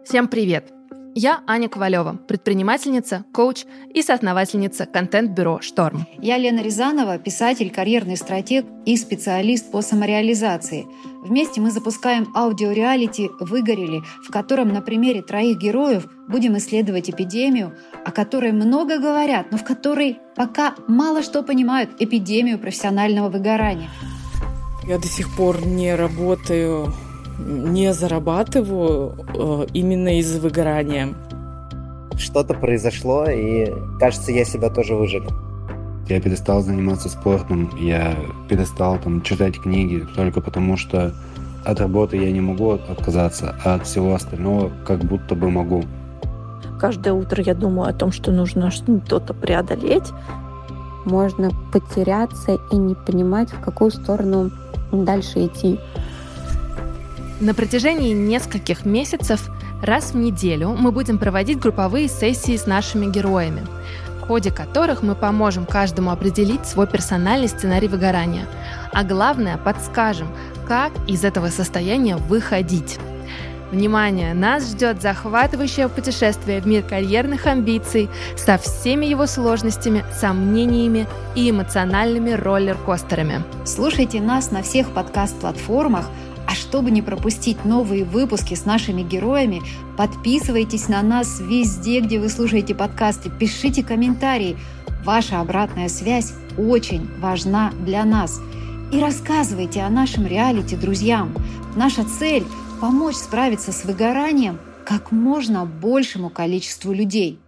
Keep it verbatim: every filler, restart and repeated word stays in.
Всем привет! Я Аня Ковалева, предпринимательница, коуч и соосновательница контент-бюро «Шторм». Я Лена Рязанова, писатель, карьерный стратег и специалист по самореализации. Вместе мы запускаем аудиореалити «Выгорели», в котором на примере троих героев будем исследовать эпидемию, о которой много говорят, но в которой пока мало что понимают — эпидемию профессионального выгорания. Я до сих пор не работаю, не зарабатываю э, именно из-за выгорания. Что-то произошло, и, кажется, я себя тоже выжег. Я перестал заниматься спортом, я перестал там читать книги только потому, что от работы я не могу отказаться, а от всего остального как будто бы могу. Каждое утро я думаю о том, что нужно что-то преодолеть. Можно потеряться и не понимать, в какую сторону дальше идти. На протяжении нескольких месяцев раз в неделю мы будем проводить групповые сессии с нашими героями, в ходе которых мы поможем каждому определить свой персональный сценарий выгорания, а главное, подскажем, как из этого состояния выходить. Внимание! Нас ждет захватывающее путешествие в мир карьерных амбиций со всеми его сложностями, сомнениями и эмоциональными роллер-костерами. Слушайте нас на всех подкаст-платформах, а чтобы не пропустить новые выпуски с нашими героями, подписывайтесь на нас везде, где вы слушаете подкасты, пишите комментарии. Ваша обратная связь очень важна для нас. И рассказывайте о нашем реалити друзьям. Наша цель – помочь справиться с выгоранием как можно большему количеству людей.